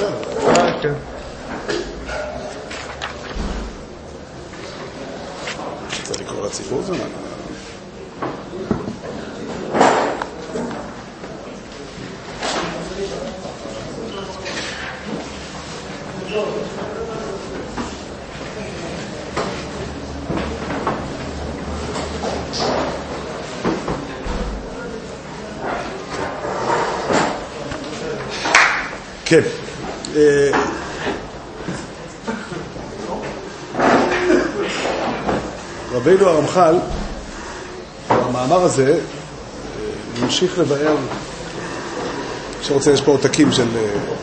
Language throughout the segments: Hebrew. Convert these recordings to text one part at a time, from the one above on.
כן. צריך לקרוא לציבור זמן. כן. רבינו הרמח"ל, במאמר הזה, ממשיך לבאר, שרוצה, יש פה עותקים של...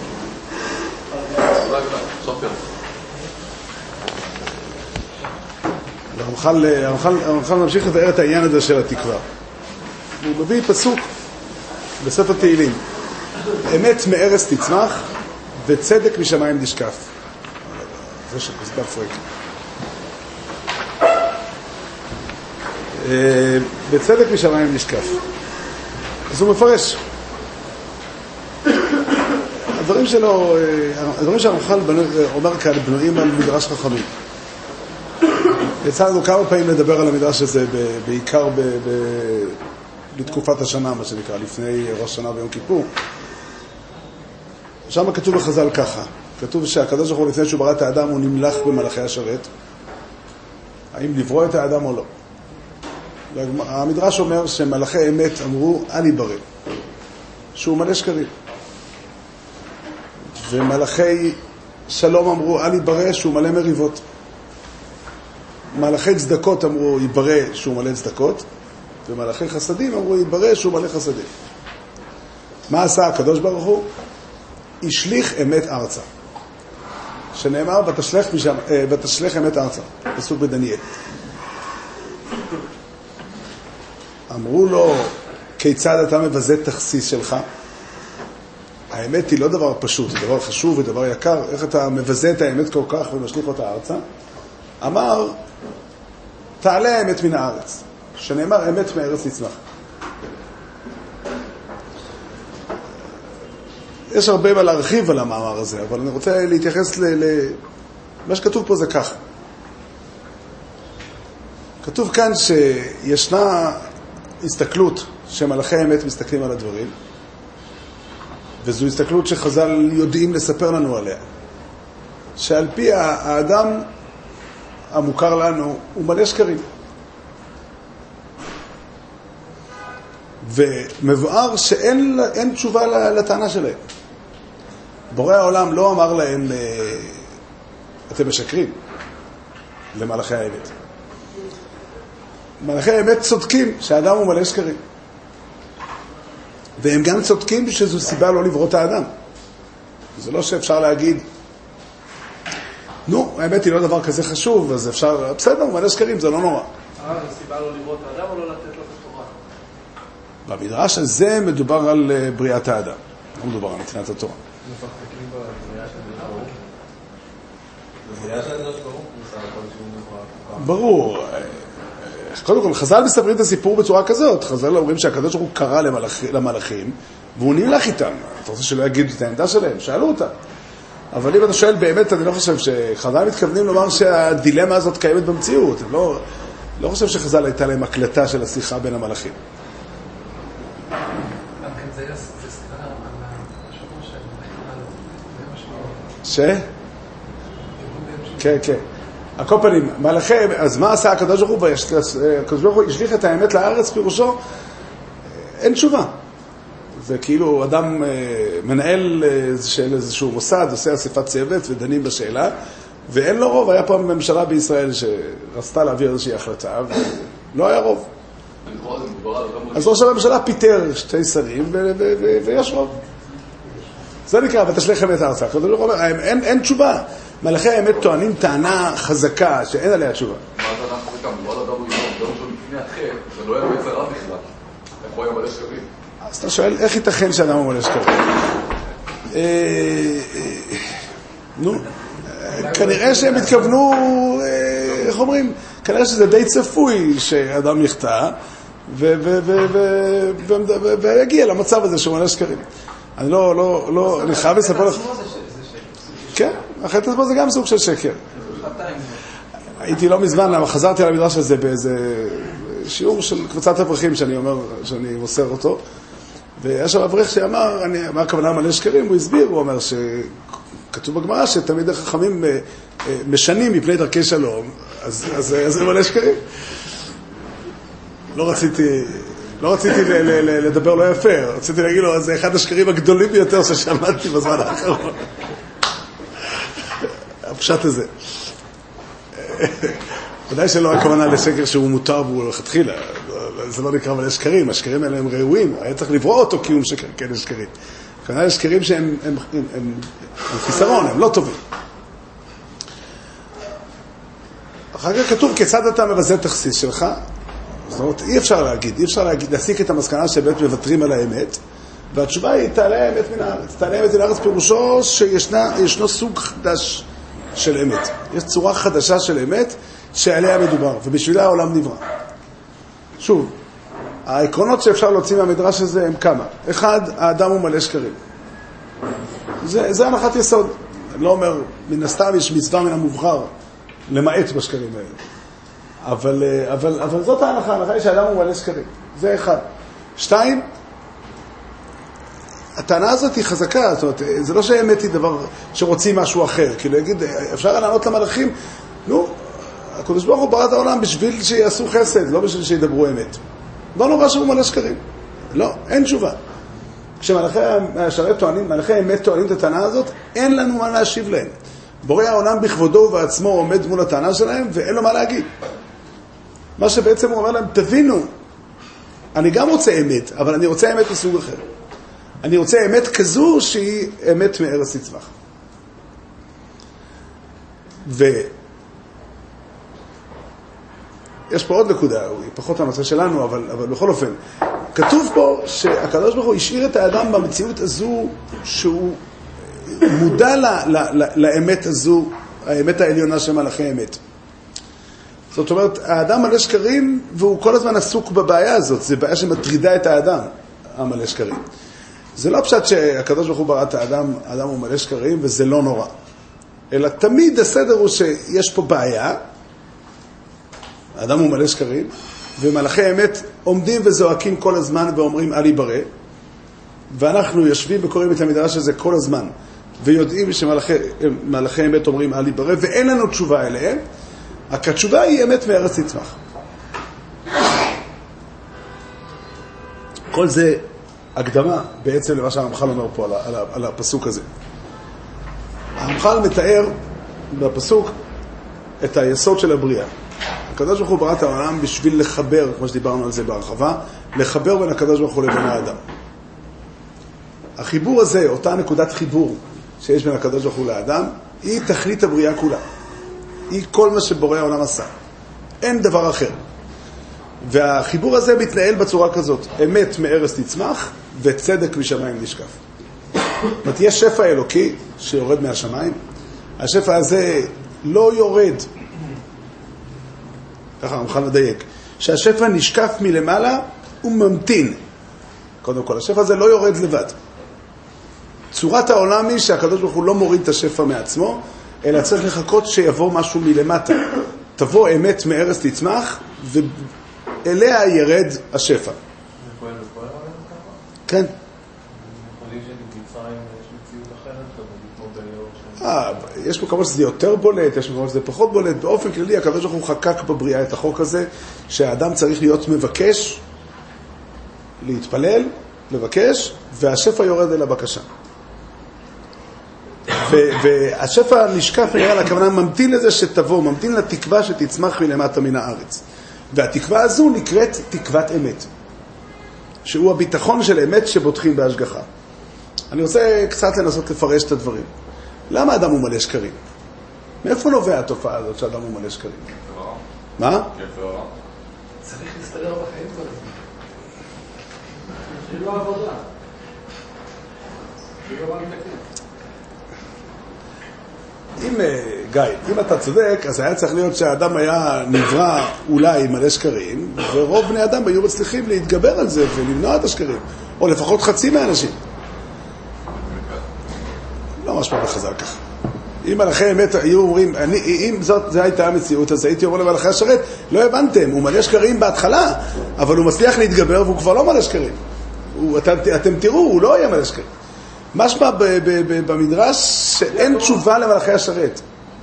הרמח"ל ממשיך לבאר את העניין הזה של התקווה. הוא מביא פסוק בספר תהילים. אמת מארץ תצמח וצדק משמיים נשקף. זה שפסבר פרק. וצדק משמיים נשקף. אז הוא מפרש. הדברים שלו, הדברים שהרמח"ל אומר כאן בנויים על מדרש חכמים. יצא לנו כמה פעמים לדבר על המדרש הזה, בעיקר לתקופת השנה, מה שנקרא, לפני ראש שנה ויום כיפור. שם כתוב בחז"ל ככה, כתוב שהקדוש ברוך הוא לפני שהוא ברא את האדם הוא נמלך במלאכי השרת. האם לברוא את האדם או לא? המדרש אומר שמלאכי אמת אמרו אל יברא, שהוא מלא שקרים, ומלאכי שלום אמרו אל יברא, שהוא מלא מריבות. מלאכי צדקות אמרו יברא, שהוא מלא צדקות, ומלאכי חסדים אמרו יברא, שהוא מלא חסדים. מה עשה הקדוש ברוך הוא? השליך אמת ארצה, שנאמר ותשלח אמת ארצה, פסוק בדניאל. אמרו לו, כיצד אתה מבזה תכסיס שלך? האמת היא לא דבר פשוט, זה דבר חשוב ודבר יקר. איך אתה מבזה את האמת כל כך ומשליך אותה ארצה? אמר, תעלה האמת מן הארץ, שנאמר אמת מארץ תצמח. יש הרבה מה להרחיב על המאמר הזה, אבל אני רוצה להתייחס מה שכתוב פה זה כך. כתוב כאן שישנה הסתכלות שמלאכי האמת מסתכלים על הדברים, וזו הסתכלות שחז"ל יודעים לספר לנו עליה, שעל פי האדם המוכר לנו הוא מלא שקרים, ומבואר שאין תשובה לטענה שלהם. בורא העולם לא אמר להם אתם משקרים למלאכי האמת. מלאכי האמת צודקים שהאדם הוא מלא שקרים, והם גם צודקים שזו סיבה לא לברוא את האדם. זה לא שאפשר להגיד נו, האמת היא לא דבר כזה חשוב, אז אפשר, בסדר, מלא שקרים, זה לא נורא. זו סיבה לא לברוא את האדם או לא לתת לו את התורה? במדרש הזה מדובר על בריאת האדם, לא מדובר על נתינת התורה. מפקפקים בבריאה של הקדוש ברוך הוא? ברור. קודם כל, חז"ל מספרים את הסיפור בצורה כזאת. חז"ל אומרים שהקדוש ברוך הוא קרא למלאכים, והוא נמלך איתם. אתה רוצה שלא יגידו את העמדה שלהם? שאלו אותה. אבל אם אתה שואל באמת, אני לא חושב שחז"ל מתכוונים לומר שהדילמה הזאת קיימת במציאות. אני לא חושב שחז"ל הייתה להם הקלטה של השיחה בין המלאכים. כן, כן. הקופנים, מלאכי, אז מה עשה הקדוש ברוך הוא? הקדוש ברוך הוא השליך את האמת לארץ, פירושו, אין תשובה. זה כאילו אדם מנהל של איזשהו מוסד, עושה אספת צוות ודנים בשאלה, ואין לו רוב. היה פעם ממשלה בישראל שרצתה להעביר איזושהי החלטה, ולא היה רוב. אז ראש הממשלה פיטר 2 שרים, ויש רוב. זה נקרא, ותשלח אמת ארצה. אין תשובה. מלאכי האמת טוענים טענה חזקה שאין עליה תשובה. מה זה אנחנו חלקם? לא אדם הוא יום שהוא לפני החטא, זה לא היה בעצם רב בכלל. איך הוא היה מלא שקרים? אז אתה שואל, איך ייתכן שאדם הוא מלא שקרים? נו, כנראה שהם התכוונו, איך אומרים? כנראה שזה די צפוי שאדם יחטא, ויגיע למצב הזה שהוא מלא שקרים. אני לא, אני חייב לספר לך. החטא פה זה גם סוג של שקר. הייתי לא מזמן, חזרתי על המדרש הזה באיזה שיעור של קבוצת אברכים שאני מוסר אותו, ויש שם אברך שאמר, מה הכוונה מלא שקרים? הוא הסביר, הוא אומר שכתוב בגמרא שתמיד החכמים משנים מפני דרכי שלום, אז זה מלא שקרים. לא רציתי לדבר לא יפה, רציתי להגיד לו, זה אחד השקרים הגדולים ביותר ששמעתי בזמן האחרון. הפשט הזה. ודאי שלא הכוונה לשקר שהוא מותר והוא לכתחילה, זה לא נקרא מלא שקרים, השקרים האלה הם ראויים, היה צריך לברוא אותו כי הוא משקר, כן, שקרים. הכוונה לשקרים שהם חיסרון, הם לא טובים. אחר כך כתוב כיצד אתה מבזה את התכסיס שלך, זאת אומרת, אי אפשר להסיק את המסקנה שבאמת מוותרים על האמת, והתשובה היא תעלה האמת מן הארץ. תעלה האמת מן הארץ פירושו שישנו סוג חדש של אמת. יש צורה חדשה של אמת שעליה מדובר, ובשבילה העולם נברא. שוב, העקרונות שאפשר להוציא מהמדרש הזה הם כמה. אחד, האדם הוא מלא שקרים. זה הנחת יסוד. אני לא אומר, מן הסתם יש מצווה מן המובחר למעט בשקרים האלה. אבל זאת ההנחה היא שהאדם הוא מלא שקרים. זה אחד. שתיים, הטענה הזאת היא חזקה, זאת אומרת, זה לא שהאמת היא דבר שרוצים משהו אחר, כאילו יגיד, אפשר לענות למלאכים, הקדוש ברוך הוא ברא את העולם בשביל שיעשו חסד, לא בשביל שידברו אמת. לא נורא שהוא מלא שקרים. לא, אין תשובה. כשמלאכי האמת טוענים את הטענה הזאת, אין לנו מה להשיב להם. בורא העולם בכבודו ובעצמו עומד מול הטענה שלהם, ואין לו מה להגיד. מה שבעצם הוא אומר להם, תבינו, אני גם רוצה אמת, אבל אני רוצה אמת מסוג אחר. אני רוצה אמת כזו שהיא אמת מארץ תצמח. ויש פה עוד נקודה, היא פחות הנושא שלנו, אבל בכל אופן, כתוב פה שהקדוש ברוך הוא השאיר את האדם במציאות הזו שהוא מודע לאמת הזו, האמת העליונה של מלאכי אמת. זאת אומרת, האדם מלא שקרים והוא כל הזמן עסוק בבעיה הזאת, זו בעיה שמטרידה את האדם, המלא שקרים. זה לא פשט שהקדוש ברוך הוא ברא את האדם הוא מלא שקרים וזה לא נורא. אלא תמיד הסדר הוא שיש פה בעיה, האדם הוא מלא שקרים, ומלאכי אמת עומדים וזועקים כל הזמן ואומרים אל יברא, ואנחנו יושבים וקוראים את המדרש הזה כל הזמן, ויודעים שמלאכי אמת אומרים אל יברא, ואין לנו תשובה אליהם, התשובה היא אמת מארץ תצמח. כל זה הקדמה בעצם למה שהרמח"ל אומר פה על הפסוק הזה. הרמח"ל מתאר בפסוק את היסוד של הבריאה. הקדוש ברוך הוא ברא את העולם בשביל לחבר, כמו שדיברנו על זה בהרחבה, לחבר בין הקדוש ברוך הוא לבין האדם. החיבור הזה, אותה נקודת חיבור שיש בין הקדוש ברוך הוא לאדם, היא תכלית הבריאה כולה. היא כל מה שבורא העולם עשה. אין דבר אחר. והחיבור הזה מתנהל בצורה כזאת, אמת מארץ תצמח וצדק משמיים נשקף. זאת אומרת, יש שפע אלוקי שיורד מהשמיים, השפע הזה לא יורד, ככה הרמח"ל מדייק, שהשפע נשקף מלמעלה וממתין. קודם כל, השפע הזה לא יורד לבד. צורת העולם היא שהקדוש ברוך הוא לא מוריד את השפע מעצמו, אלא צריך לחכות שיבוא משהו מלמטה. תבוא אמת מארץ תצמח, ואליה ירד השפע. זה פועל בכל העולם ככה? כן. יכולים שבמצרים יש מציאות אחרת, כמו באיור יש מקומות שזה יותר בולט, יש מקומות שזה פחות בולט. באופן כללי, הקדוש ברוך הוא חקק בבריאה את החוק הזה, שהאדם צריך להיות מבקש, להתפלל, לבקש, והשפע יורד אל הבקשה. והשפע נשקף נראה לכוונה, ממתין לזה שתבוא, ממתין לתקווה שתצמח מלמטה מן הארץ. והתקווה הזו נקראת תקוות אמת, שהוא הביטחון של אמת שבוטחים בהשגחה. אני רוצה קצת לנסות לפרש את הדברים. למה אדם הוא מלא שקרים? מאיפה נובע התופעה הזאת שאדם הוא מלא שקרים? מה? צריך להסתדר בחיים כל הזמן. זה לא עבודה. זה לא מה מתקן. גיא, אם אתה צודק, אז היה צריך להיות שהאדם היה נברא אולי מלא שקרים, ורוב בני אדם היו מצליחים להתגבר על זה ולמנוע את השקרים, או לפחות חצי מהאנשים. לא משמע בחז"ל ככה. אם מלאכי אמת היו אומרים, אם זה הייתה המציאות, אז הייתי אומר למלאכי השרת, לא הבנתם, הוא מלא שקרים בהתחלה, אבל הוא מצליח להתגבר והוא כבר לא מלא שקרים. אתם תראו, הוא לא היה מלא שקרים. משמע במדרש שאין תשובה למלאכי השרת.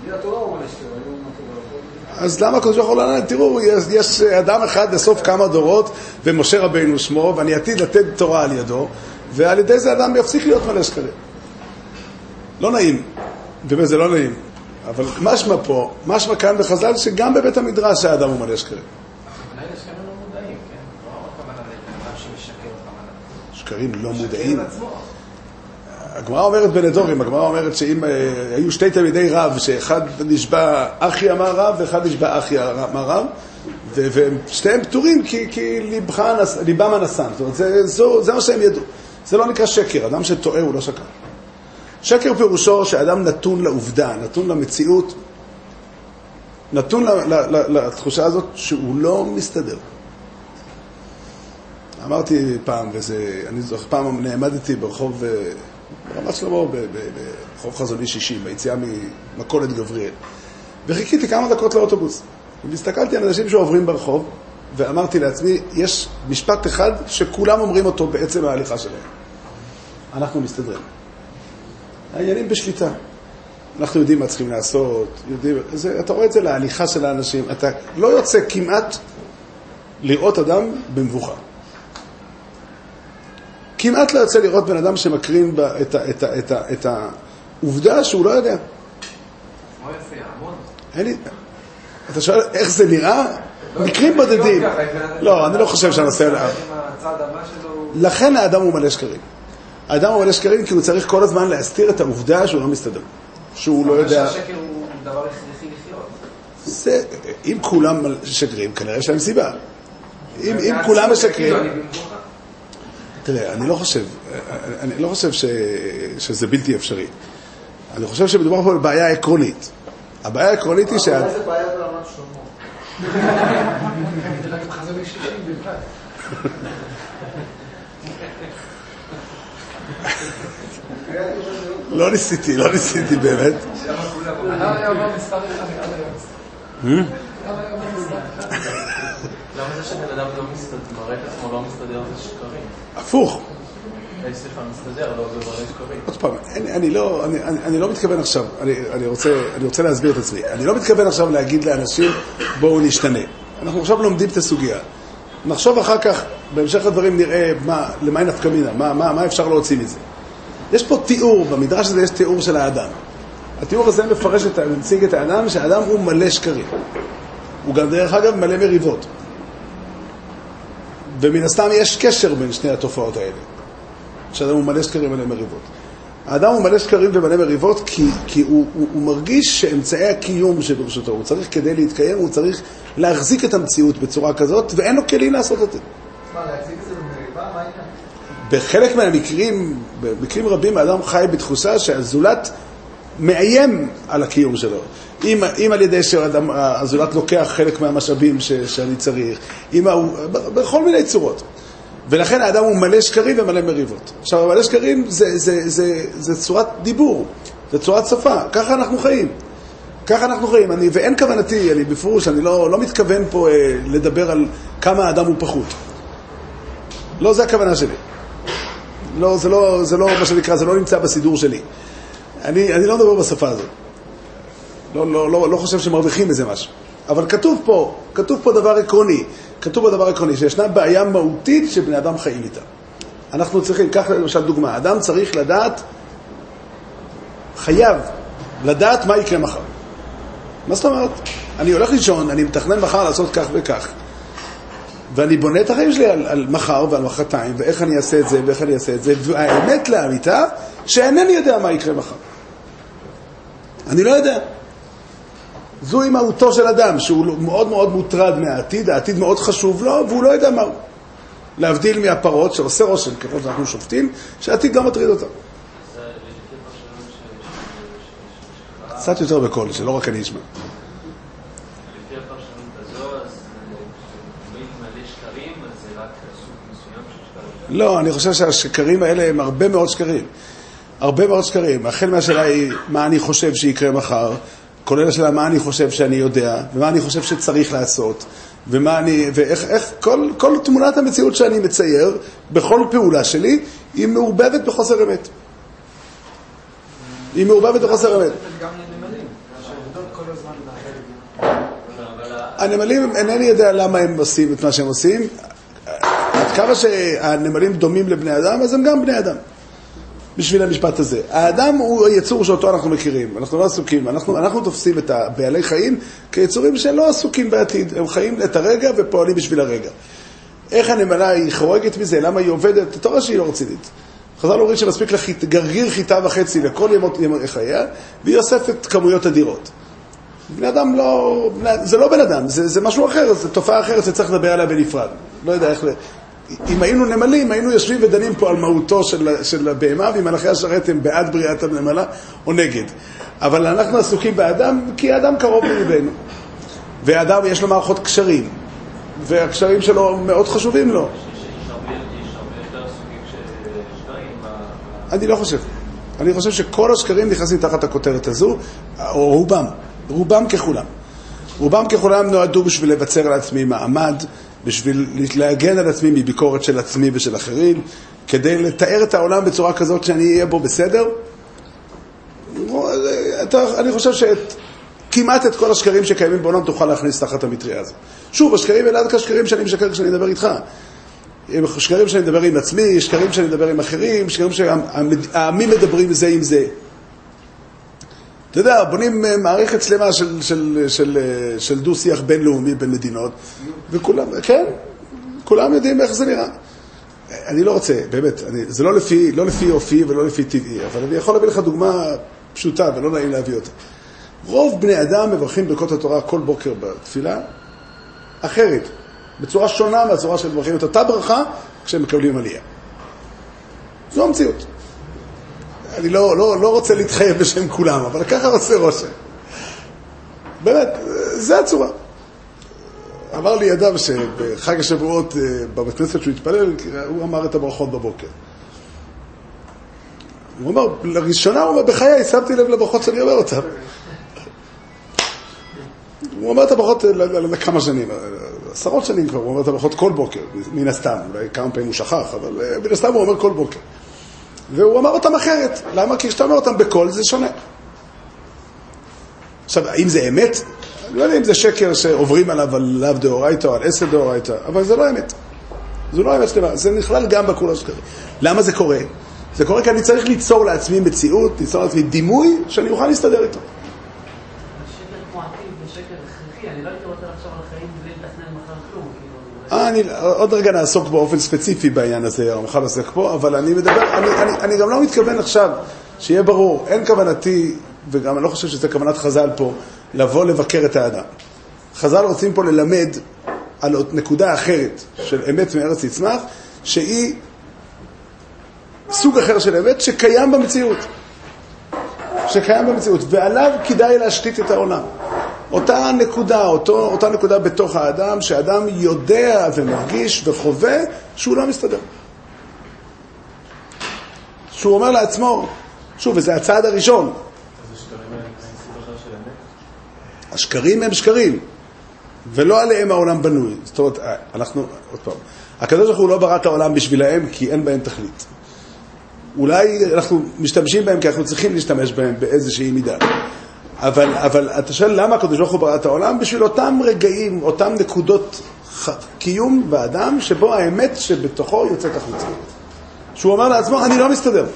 אז למה הקדוש ברוך הוא לא ענה? תראו, יש אדם אחד לסוף כמה דורות, ומשה רבינו שמו, ואני עתיד לתת תורה על ידו, ועל ידי זה אדם יפסיק להיות מלא שקרים. לא נעים, באמת זה לא נעים, אבל משמע פה, משמע כאן בחז"ל, שגם בבית המדרש האדם הוא מלא שקרים. אולי שקרים לא מודעים, כן? לא הכוונה לאדם שמשקר אותם. שקרים לא מודעים. הגמרא אומרת בנדורים, הגמרא אומרת שאם היו שתי תלמידי רב, שאחד נשבע אחי אמר רב, ואחד נשבע אחי אמר רב, ושתיהם פטורים כי ליבם הנסן. זאת אומרת, זה מה שהם ידעו. זה לא נקרא שקר, אדם שטועה הוא לא שקר. שקר פירושו שאדם נתון לעובדה, נתון למציאות, נתון לתחושה הזאת שהוא לא מסתדר. אמרתי פעם, אני זוכר פעם נעמדתי ברחוב ברמת שלמה, ברחוב חזוני 60, ביציאה ממכולת גבריאל, וחיכיתי כמה דקות לאוטובוס, והסתכלתי על אנשים שעוברים ברחוב, ואמרתי לעצמי, יש משפט אחד שכולם אומרים אותו בעצם ההליכה שלהם. אנחנו מסתדרים. העניינים בשליטה. אנחנו יודעים מה צריכים לעשות, אתה רואה את זה להליכה של האנשים, אתה לא יוצא כמעט לראות אדם במבוכה. כמעט לא יוצא לראות בן אדם שמקרין את העובדה שהוא לא יודע. מה יפה, המון. אתה שואל איך זה נראה? מקרים בודדים. לא, אני לא חושב שהנושא... לכן האדם הוא מלא שקרים. האדם הוא מלא שקרים כי הוא צריך כל הזמן להסתיר את העובדה שהוא לא מסתדר. שהוא לא יודע... שהשקר הוא דבר הכרחי לחיות. אם כולם שקרים, כנראה יש להם סיבה. אם כולם משקרים... תראה, אני לא חושב שזה בלתי אפשרי. אני חושב שמדובר פה בבעיה עקרונית. הבעיה העקרונית היא אבל איזה בעיה ברמת שלמה? רק חזון אישי בלבד. לא ניסיתי באמת. למה יאמר מספר אחד עד היום? למה זה שבן אדם לא מסתדר, מראה את עצמו לא מסתדר זה שקרים? הפוך. סליחה, מסתדר, לא זה מראה שקרים. עוד פעם, אני לא מתכוון עכשיו, אני רוצה להסביר את עצמי. אני לא מתכוון עכשיו להגיד לאנשים, בואו נשתנה. אנחנו עכשיו לומדים את הסוגיה. נחשוב אחר כך, בהמשך הדברים נראה למה היא נפקא מינה, מה אפשר להוציא מזה. יש פה תיאור, במדרש הזה יש תיאור של האדם. התיאור הזה מציג את האדם, שהאדם הוא מלא שקרים. הוא גם דרך אגב מלא מריבות. ומן הסתם יש קשר בין שני התופעות האלה. שהאדם הוא מלא שקרים ומלא מריבות. האדם הוא מלא שקרים ומלא מריבות כי הוא מרגיש שאמצעי הקיום שברשותו, הוא צריך כדי להתקיים, הוא צריך להחזיק את המציאות בצורה כזאת, ואין לו כלים לעשות את זה. מה, להחזיק את זה במריבה? מה הייתה? בחלק מהמקרים, במקרים רבים, האדם חי בתחושה שהזולת מאיים על הקיום שלו. אם על ידי שהזולת לוקח חלק מהמשאבים שאני צריך, בכל מיני צורות. ולכן האדם הוא מלא שקרים ומלא מריבות. עכשיו, מלא שקרים זה צורת דיבור, זה צורת שפה. ככה אנחנו חיים. ואין כוונתי, אני בפירוש, אני לא מתכוון פה לדבר על כמה האדם הוא פחות. לא, זה הכוונה שלי. לא, זה לא מה שנקרא, זה לא נמצא בסידור שלי. אני לא מדבר בשפה הזאת. לא חושב שמרוויחים איזה משהו. אבל כתוב פה דבר עקרוני. כתוב בדבר עקרוני, שישנה בעיה מהותית שבני אדם חיים איתה. אנחנו צריכים, כך למשל דוגמה, אדם צריך לדעת, חייב לדעת מה יקרה מחר. מה זאת אומרת? אני הולך לישון, אני מתכנן מחר לעשות כך וכך. ואני בונה את החיים שלי על מחר ועל מחרתיים, ואיך אני אעשה את זה, ואיך אני אעשה את זה, והאמת לאמיתה, שאינני יודע מה יקרה מחר. אני לא יודע. זוהי מהותו של אדם, שהוא מאוד מאוד מוטרד מהעתיד, העתיד מאוד חשוב לו, והוא לא יודע מהו. להבדיל מהפרות שעושה רושם, ככל שאנחנו שופטים, שהעתיד לא מטריד אותם. קצת יותר בקול, שלא רק אני אשמע. לפי הפרשנות הזו, אז אומרים מלא שקרים, אז זה רק סוג מסוים של שקרים? לא, אני חושב שהשקרים האלה הם הרבה מאוד שקרים. הרבה מאוד שקרים. החל מהשאלה היא מה אני חושב שיקרה מחר, כולל השאלה מה אני חושב שאני יודע, ומה אני חושב שצריך לעשות, ואיך כל תמונת המציאות שאני מצייר, בכל פעולה שלי, היא מעורבבת בחוסר אמת. היא מעורבבת בחוסר אמת. גם לנמלים, שעובדות כל הזמן הנמלים, אינני יודע למה הם עושים את מה שהם עושים. עד כמה שהנמלים דומים לבני אדם, אז הם גם בני אדם. בשביל המשפט הזה. האדם הוא היצור שאותו אנחנו מכירים. אנחנו לא עסוקים. אנחנו תופסים את הבעלי חיים כיצורים שלא עסוקים בעתיד. הם חיים את הרגע ופועלים בשביל הרגע. איך הנמלה היא חורגת מזה? למה היא עובדת? תורה שהיא לא רצינית. חז"ל אומרים שמספיק גרגיר חיטה וחצי לכל ימי חייה, והיא אוספת כמויות אדירות. בני אדם לא... זה לא בן אדם, זה משהו אחר, זה תופעה אחרת שצריך לדבר עליה בנפרד. לא יודע איך... אם היינו נמלים, היינו יושבים ודנים פה על מהותו של הבהמה, ואם מלאכי השרת הם בעד בריאת הנמלה או נגד. אבל אנחנו עסוקים באדם, כי האדם קרוב לליבנו. והאדם יש לו מערכות קשרים, והקשרים שלו מאוד חשובים לו. אני לא חושב. אני חושב שכל השקרים נכנסים תחת הכותרת הזו, או רובם ככולם. רובם ככולם נועדו בשביל לבצר על עצמי מעמד, בשביל להגן על עצמי מביקורת של עצמי ושל אחרים, כדי לתאר את העולם בצורה כזאת שאני אהיה בו בסדר. אני חושב שכמעט את כל השקרים שקיימים בעולם תוכל להכניס תחת המטריה הזו. שוב, השקרים אלה דווקא שקרים שאני משקר כשאני מדבר איתך. שקרים שאני מדבר עם עצמי, שקרים שאני מדבר עם אחרים, שקרים שהעמים מדברים זה עם זה. אתה יודע, בונים מערכת שלמה של דו-שיח בינלאומי בין מדינות, וכולם, כן, כולם יודעים איך זה נראה. אני לא רוצה, באמת, זה לא לפי אופי ולא לפי טבעי, אבל אני יכול להביא לך דוגמה פשוטה ולא נעים להביא אותה. רוב בני אדם מברכים ברכות התורה כל בוקר בתפילה, אחרת, בצורה שונה מהצורה של מברכים את אותה ברכה כשהם מקבלים עלייה. זו המציאות. אני לא רוצה להתחייב בשם כולם, אבל ככה עושה רושם. באמת, זה הצורה. אמר לי אדם שבחג השבועות בבית כנסת שהוא התפלל, הוא אמר את הברכות בבוקר. הוא אמר, לראשונה הוא אומר, בחיי שמתי לב לברכות שאני אומר אותן. הוא אומר את הברכות לכמה שנים, 10 שנים כבר, הוא אומר את הברכות כל בוקר, מן הסתם, אולי כמה פעמים הוא שכח, אבל מן הסתם הוא אומר כל בוקר. והוא אמר אותם אחרת. למה? כי כשאתה אומר אותם בקול זה שונה. עכשיו, האם זה אמת? אני לא יודע אם זה שקר שעוברים עליו על לאו דאורייתא או על 10 דאורייתא, אבל זה לא אמת. זה לא אמת שלמה. זה נכלל גם בקול השקרי. למה זה קורה? זה קורה כי אני צריך ליצור לעצמי מציאות, ליצור לעצמי דימוי שאני אוכל להסתדר איתו. שקר כמו עתיד ושקר הכרחי, אני לא הייתי רוצה לחשוב על החיים בלי לתכנן מחר כלום. עוד רגע נעסוק באופן ספציפי בעניין הזה, הרמח"ל עוסק פה, אבל אני גם לא מתכוון עכשיו, שיהיה ברור, אין כוונתי, וגם אני לא חושב שזה כוונת חז"ל פה, לבוא לבקר את האדם. חז"ל רוצים פה ללמד על נקודה אחרת של אמת מארץ יצמח, שהיא סוג אחר של אמת שקיים במציאות. ועליו כדאי להשתית את העולם. אותה נקודה בתוך האדם, שהאדם יודע ומרגיש וחווה שהוא לא מסתדר. שהוא אומר לעצמו, שוב, וזה הצעד הראשון. אז השקרים האלה הם סוג אחר של אמת? השקרים הם שקרים, ולא עליהם העולם בנוי. זאת אומרת, עוד פעם, הקדוש ברוך הוא לא ברא את העולם בשבילהם, כי אין בהם תכלית. אולי אנחנו משתמשים בהם כי אנחנו צריכים להשתמש בהם באיזושהי מידה. אבל אתה שואל למה הקדוש ברוך הוא ברא את העולם? בשביל אותם רגעים, אותם נקודות קיום באדם, שבו האמת שבתוכו יוצאת החוצה. שהוא אומר לעצמו, אני לא מסתדר.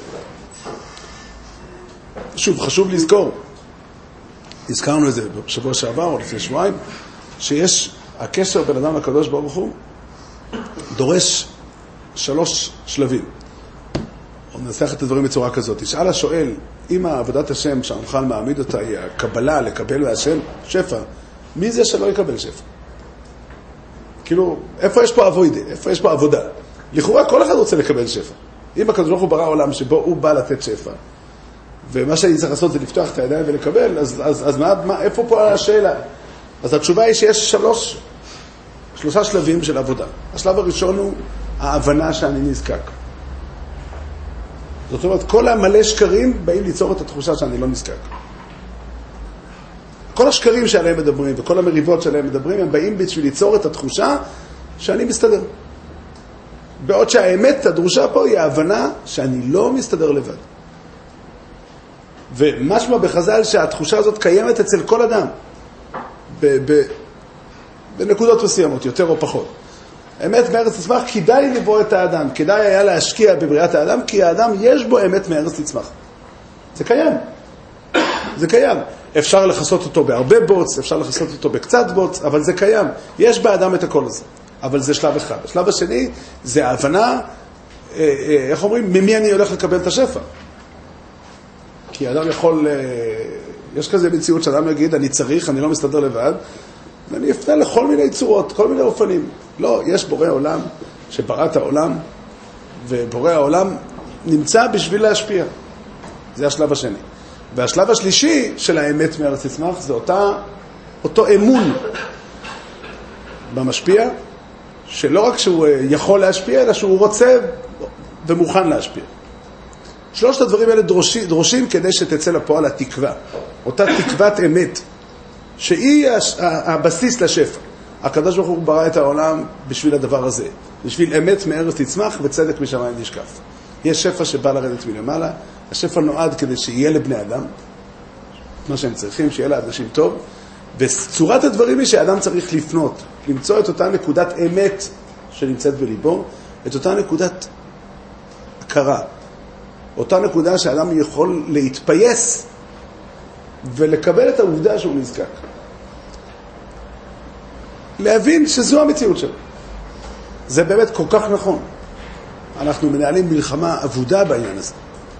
שוב, חשוב לזכור, הזכרנו את זה בשבוע שעבר או לפני שבועיים, שיש הקשר בין אדם לקדוש ברוך הוא, דורש 3 שלבים. או ננסח את הדברים בצורה כזאת. תשאל השואל, אם עבודת השם שהרמח"ל מעמיד אותה היא הקבלה לקבל מהשם שפע, מי זה שלא יקבל שפע? כאילו, איפה יש פה עבודה? איפה יש פה עבודה? לכאורה כל אחד רוצה לקבל שפע. אם הקדוש ברוך הוא ברא עולם שבו הוא בא לתת שפע, ומה שאני צריך לעשות זה לפתוח את הידיים ולקבל, אז איפה פה השאלה? אז התשובה היא שיש 3 שלבים של עבודה. השלב הראשון הוא ההבנה שאני נזקק. זאת אומרת, כל המלא שקרים באים ליצור את התחושה שאני לא נזקק. כל השקרים שעליהם מדברים וכל המריבות שעליהם מדברים, הם באים בשביל ליצור את התחושה שאני מסתדר. בעוד שהאמת הדרושה פה היא ההבנה שאני לא מסתדר לבד. ומשמע בחז"ל שהתחושה הזאת קיימת אצל כל אדם. בנקודות מסוימות, יותר או פחות. אמת מארץ תצמח, כדאי לברוא את האדם. כדאי היה להשקיע בבריאת האדם, כי האדם יש בו אמת מארץ תצמח. זה קיים. זה קיים. אפשר לחסות אותו בהרבה בוץ, אפשר לחסות אותו בקצת בוץ, אבל זה קיים. יש באדם את הכל הזה. אבל זה שלב אחד. השלב השני זה ההבנה, איך אומרים, ממי אני הולך לקבל את השפע. כי אדם יכול, יש כזה מציאות שאדם יגיד, אני צריך, אני לא מסתדר לבד, ואני אפנה לכל מיני צורות, כל מיני אופנים. לא, יש בורא עולם שברא את העולם, ובורא העולם נמצא בשביל להשפיע. זה השלב השני. והשלב השלישי של האמת מארץ תצמח, זה אותו אמון במשפיע, שלא רק שהוא יכול להשפיע, אלא שהוא רוצה ומוכן להשפיע. שלושת הדברים האלה דרושים כדי שתצא לפועל התקווה. אותה תקוות אמת, שהיא הבסיס לשפע. הקדוש ברוך הוא ברא את העולם בשביל הדבר הזה. בשביל אמת מארץ תצמח וצדק משמיים נשקף. יש שפע שבא לרדת מלמעלה. השפע נועד כדי שיהיה לבני אדם, מה שהם צריכים, שיהיה לאנשים טוב. וצורת הדברים היא שאדם צריך לפנות, למצוא את אותה נקודת אמת שנמצאת בליבו, את אותה נקודת הכרה. אותה נקודה שאדם יכול להתפייס ולקבל את העובדה שהוא נזקק. להבין שזו המציאות שלו. זה באמת כל כך נכון. אנחנו מנהלים מלחמה עבודה בעניין הזה.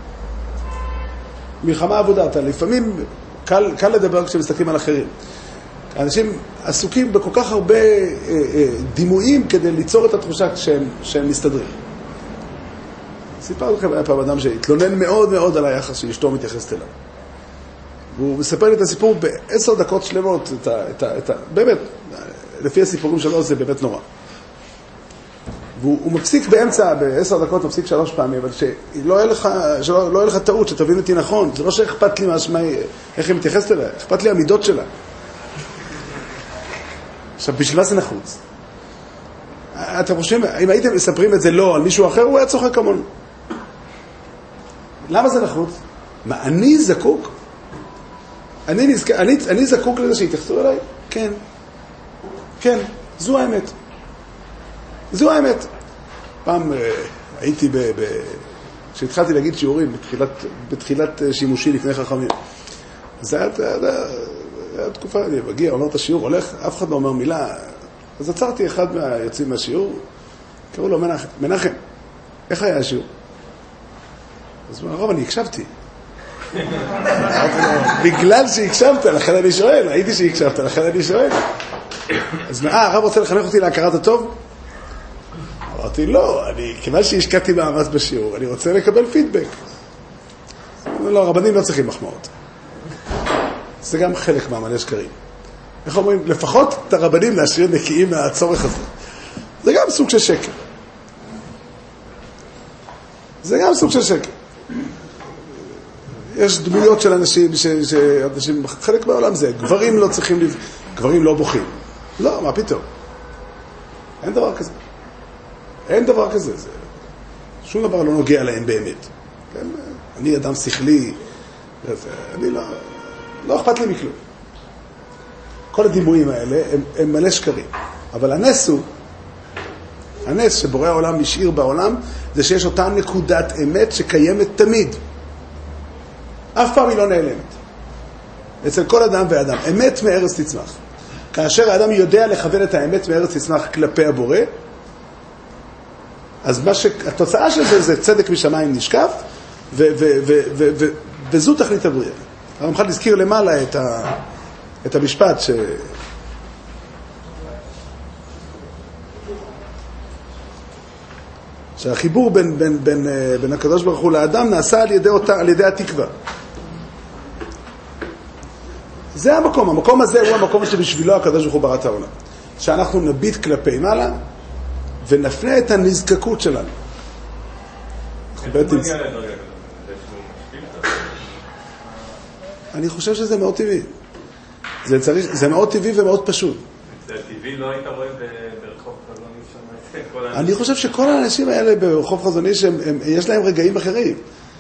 מלחמה עבודה. אתה לפעמים קל לדבר כשמסתכלים על אחרים. אנשים עסוקים בכל כך הרבה דימויים כדי ליצור את התחושה שהם מסתדרים. סיפר לכם, היה פעם אדם שהתלונן מאוד מאוד על היחס שאשתו מתייחסת אליו. והוא מספר לי את הסיפור ב10 דקות שלמות, באמת, לפי הסיפורים שלו זה באמת נורא. והוא מפסיק באמצע, ב10 דקות מפסיק 3 פעמים, אבל שלא יהיה לך טעות, שתבין אותי נכון. זה לא שאכפת לי איך היא מתייחסת אליה, אכפת לי המידות שלה. עכשיו, בשביל מה זה נחוץ? אתם חושבים, אם הייתם מספרים את זה לא על מישהו אחר, הוא היה צוחק כמונו. למה זה נחוץ? מה, אני זקוק? אני זקוק לזה שיתייחסו אליי? כן. כן, זו האמת. זו האמת. פעם הייתי כשהתחלתי להגיד שיעורים בתחילת שימושי לפני חכמים. אז היה תקופה, אני מגיע, אומר את השיעור, הולך, אף אחד לא אומר מילה. אז עצרתי אחד מהיוצאים מהשיעור, קראו לו מנחם, איך היה השיעור? אז הוא אומר, הרב, אני הקשבתי. בגלל שהקשבת, לכן אני שואל, ראיתי שהקשבת, לכן אני שואל. אז הרב רוצה לחנך אותי להכרת הטוב? אמרתי, לא, כיוון שהשקעתי מאמץ בשיעור, אני רוצה לקבל פידבק. לא, הרבנים לא צריכים מחמאות. זה גם חלק מהמלא שקרים. איך אומרים? לפחות את הרבנים להשאיר נקיים מהצורך הזה. זה גם סוג של שקר. זה גם סוג של שקר. יש דמויות של אנשים שאנשים, חלק מהעולם זה, גברים לא צריכים, גברים לא בוכים. לא, מה פתאום? אין דבר כזה. אין דבר כזה. שום דבר לא נוגע להם באמת. כן? אני אדם שכלי, אני לא אכפת לי מכלום. כל הדימויים האלה הם מלא שקרים. אבל הנס שבורא העולם השאיר בעולם, זה שיש אותה נקודת אמת שקיימת תמיד. אף פעם היא לא נעלמת. אצל כל אדם ואדם. אמת מארץ תצמח. כאשר האדם יודע לכוון את האמת מארץ תצמח כלפי הבורא, אז התוצאה של זה זה צדק משמיים נשקף, וזו תכלית הבריאה. הרמח"ל הזכיר למעלה את המשפט שהחיבור בין הקדוש ברוך הוא לאדם נעשה על ידי התקווה. זה המקום הזה הוא המקום שבשבילו הקדוש ברוך הוא ברא את העולם. שאנחנו נביט כלפי מעלה ונפנה את הנזקקות שלנו. אני חושב שזה מאוד טבעי. זה מאוד טבעי ומאוד פשוט. זה טבעי, לא היית רואה ברחוב חזוני שם את כל האנשים? אני חושב שכל האנשים האלה ברחוב חזוני, יש להם רגעים אחרים.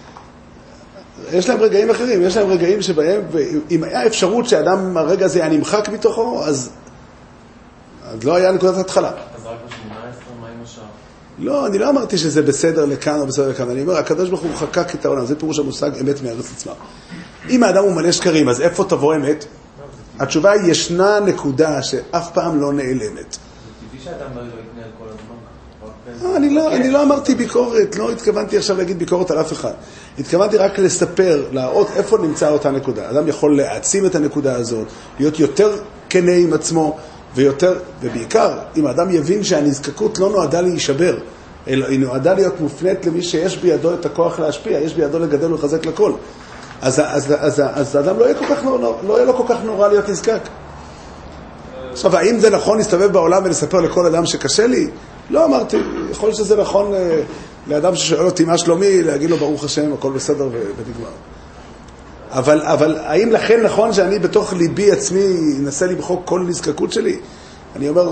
יש להם רגעים שבהם, אם היה אפשרות שאדם הרגע הזה היה נמחק מתוכו, אז לא היה נקודת התחלה. אז רק ב-18, מה עם השאר? לא, אני לא אמרתי שזה בסדר לכאן או בסדר לכאן. אני אומר, הקדוש ברוך הוא חקק את העולם. זה פירוש המושג אמת מארץ עצמה. אם האדם הוא מלא שקרים, אז איפה תבוא אמת? התשובה היא, ישנה נקודה שאף פעם לא נעלמת. זה טבעי שאדם לא יתנהל כל הזמן. אני לא אמרתי ביקורת, לא התכוונתי עכשיו להגיד ביקורת על אף אחד. התכוונתי רק לספר, להראות איפה נמצא אותה נקודה. אדם יכול להעצים את הנקודה הזאת, להיות יותר כנה עם עצמו, ובעיקר, אם האדם יבין שהנזקקות לא נועדה להישבר, אלא היא נועדה להיות מופנית למי שיש בידו את הכוח להשפיע, יש בידו לגדל ולחזק לכל. אז האדם לא יהיה לו כל כך נורא להיות נזקק. עכשיו, האם זה נכון להסתובב בעולם ולספר לכל אדם שקשה לי? לא אמרתי. יכול להיות שזה נכון לאדם ששואל אותי מה שלומי, להגיד לו ברוך השם, הכל בסדר ונגמר. אבל האם לכן נכון שאני בתוך ליבי עצמי אנסה למחוק כל נזקקות שלי? אני אומר,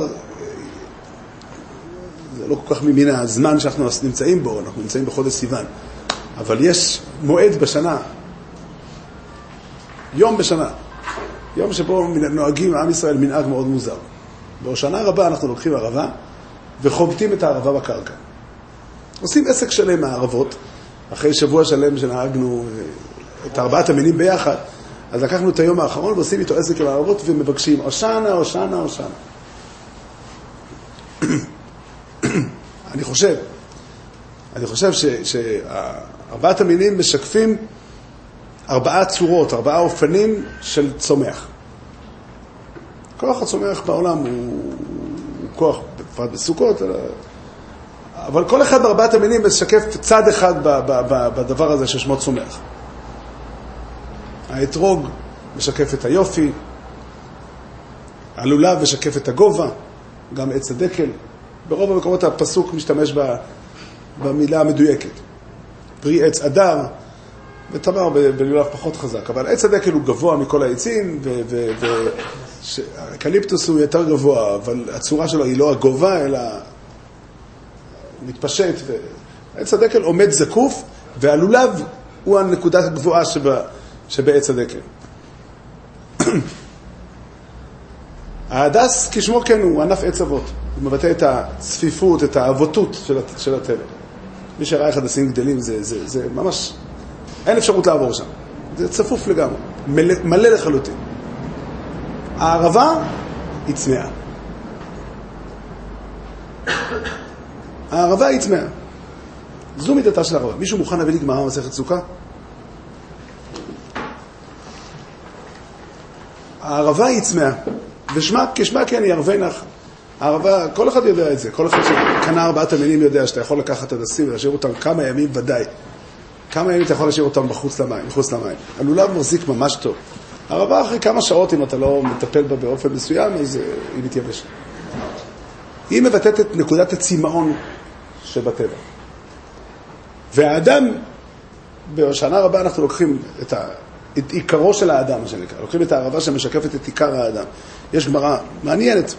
זה לא כל כך ממין הזמן שאנחנו נמצאים בו, אנחנו נמצאים בחודש סיוון. אבל יש מועד בשנה, יום בשנה, יום שבו נוהגים עם ישראל מנהג מאוד מוזר. בהושענא רבה אנחנו לוקחים ערבה וחובטים את הערבה בקרקע. עושים עסק שלם מהערבות, אחרי שבוע שלם שנהגנו את ארבעת המינים ביחד, אז לקחנו את היום האחרון ועושים איתו עסק עם הערבות ומבקשים הושענא, הושענא, הושענא. אני חושב שארבעת המינים משקפים 4 צורות, 4 אופנים של צומח. כוח הצומח בעולם הוא כוח, בפרט בסוכות, אבל כל אחד בארבעת המינים משקף צד אחד בדבר הזה ששמו צומח. האתרוג משקף את היופי, הלולב משקף את הגובה, גם עץ הדקל. ברוב המקומות הפסוק משתמש במילה המדויקת. פרי עץ אדר, ותמר בלולב פחות חזק, אבל עץ הדקל הוא גבוה מכל העצים, והקליפטוס הוא יותר גבוה, אבל הצורה שלו היא לא הגובה, אלא הוא מתפשט, ועץ הדקל עומד זקוף, והלולב הוא הנקודה הגבוהה שבעץ הדקל. ההדס, כשמו כן, הוא ענף עץ אבות. הוא מבטא את הצפיפות, את האבותות של הטבע. מי שראה איך הדסים גדלים, זה ממש, אין אפשרות לעבור שם. זה צפוף לגמרי, מלא לחלוטין. הערבה היא צמאה. הערבה היא צמאה. זו מידתה של הערבה. מישהו מוכן להביא לי גמרא מסכת סוכה? הערבה היא צמאה. כשמה כן יערבנך. הערבה, כל אחד יודע את זה. כל אחד שקנה 4 המינים יודע שאתה יכול לקחת את הדסים ולהשאיר אותם כמה ימים ודאי. כמה ימים אתה יכול להשאיר אותם מחוץ למים. הלולב מחזיק ממש טוב. הערבה אחרי כמה שעות, אם אתה לא מטפל בה באופן מסוים, אז היא מתייבשת. היא מבטאת את נקודת הצמאון שבטבע. והאדם, בהושענא רבה אנחנו לוקחים את עיקרו של האדם, מה שנקרא. לוקחים את הערבה שמשקפת את עיקר האדם. יש גמרא מעניינת.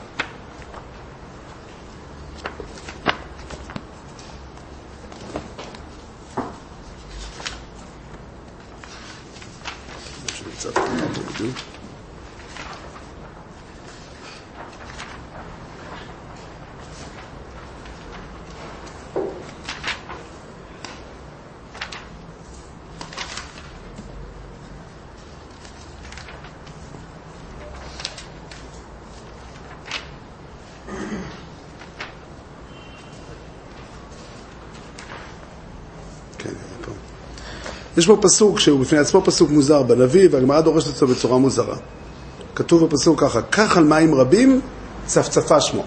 יש פה פסוק שהוא בפני עצמו פסוק מוזר בנביא, והגמרא דורשת אותו בצורה מוזרה. כתוב בפסוק ככה, כך על מים רבים צפצפה שמו.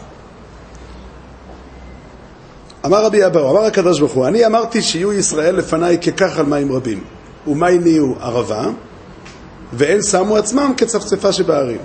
אמר רבי אבאו, אמר הקדוש ברוך הוא, אני אמרתי שיהיו ישראל לפניי ככך על מים רבים, ומי נהיו ערבה, ואין שמו עצמם כצפצפה שבערים.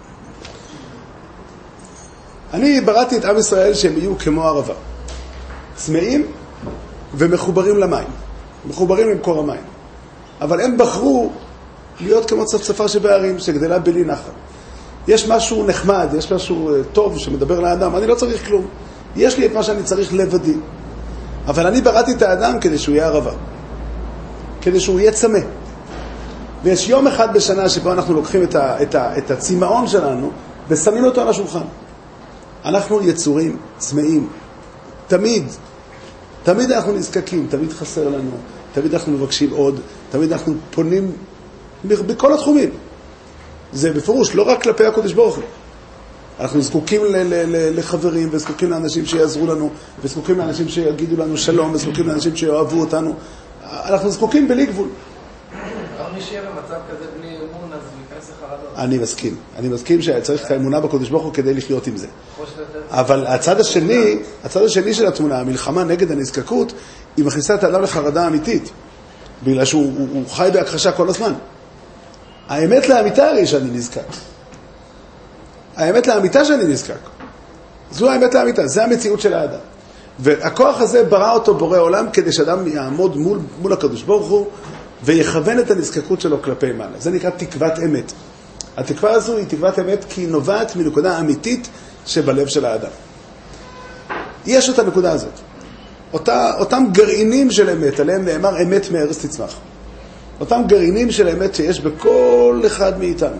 אני בראתי את עם ישראל שהם יהיו כמו ערבה, צמאים ומחוברים למים, מחוברים למקור המים. אבל הם בחרו להיות כמו צפצפה שבערים, שגדלה בלי נחל. יש משהו נחמד, יש משהו טוב שמדבר לאדם, אני לא צריך כלום. יש לי את מה שאני צריך לבדי. אבל אני בראתי את האדם כדי שהוא יהיה ערבה. כדי שהוא יהיה צמא. ויש יום אחד בשנה שבו אנחנו לוקחים את הצמאון שלנו ושמים אותו על השולחן. אנחנו יצורים צמאים. תמיד אנחנו נזקקים, תמיד חסר לנו, תמיד אנחנו מבקשים עוד, תמיד אנחנו פונים בכל התחומים. זה בפירוש, לא רק כלפי הקודש ברוך הוא. אנחנו זקוקים לחברים, וזקוקים לאנשים שיעזרו לנו, וזקוקים לאנשים שיגידו לנו שלום, וזקוקים לאנשים שיאהבו אותנו. אנחנו זקוקים בלי גבול. אבל מי שיהיה במצב כזה בלי אמון, אז הוא ייכנס לחרדות. אני מסכים שצריך את האמונה בקודש ברוך הוא כדי לחיות עם זה. אבל הצד השני של התמונה, המלחמה נגד הנזקקות, היא מכניסה את האדם לחרדה אמיתית, בגלל שהוא חי בהכחשה כל הזמן. האמת לאמיתה הרי שאני נזקק. האמת לאמיתה שאני נזקק. זו האמת לאמיתה, זה המציאות של האדם. והכוח הזה ברא אותו בורא עולם כדי שאדם יעמוד מול הקדוש ברוך הוא ויכוון את הנזקקות שלו כלפי מעלה. זה נקרא תקוות אמת. התקווה הזו היא תקוות אמת כי היא נובעת מנקודה אמיתית שבלב של האדם. יש את הנקודה הזאת. אותם גרעינים של אמת, עליהם נאמר אמת מארץ תצמח. אותם גרעינים של אמת שיש בכל אחד מאיתנו,